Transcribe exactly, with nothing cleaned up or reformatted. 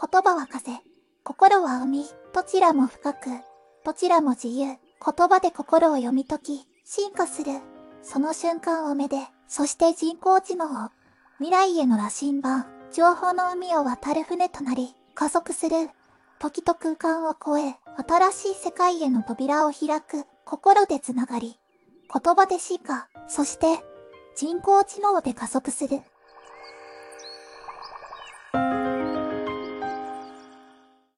言葉は風、心は海、どちらも深く、どちらも自由、言葉で心を読み解き、進化する。その瞬間をめで、そして人工知能を、未来への羅針盤、情報の海を渡る船となり、加速する。時と空間を超え、新しい世界への扉を開く、心でつながり、言葉で進化、そして、人工知能で加速する。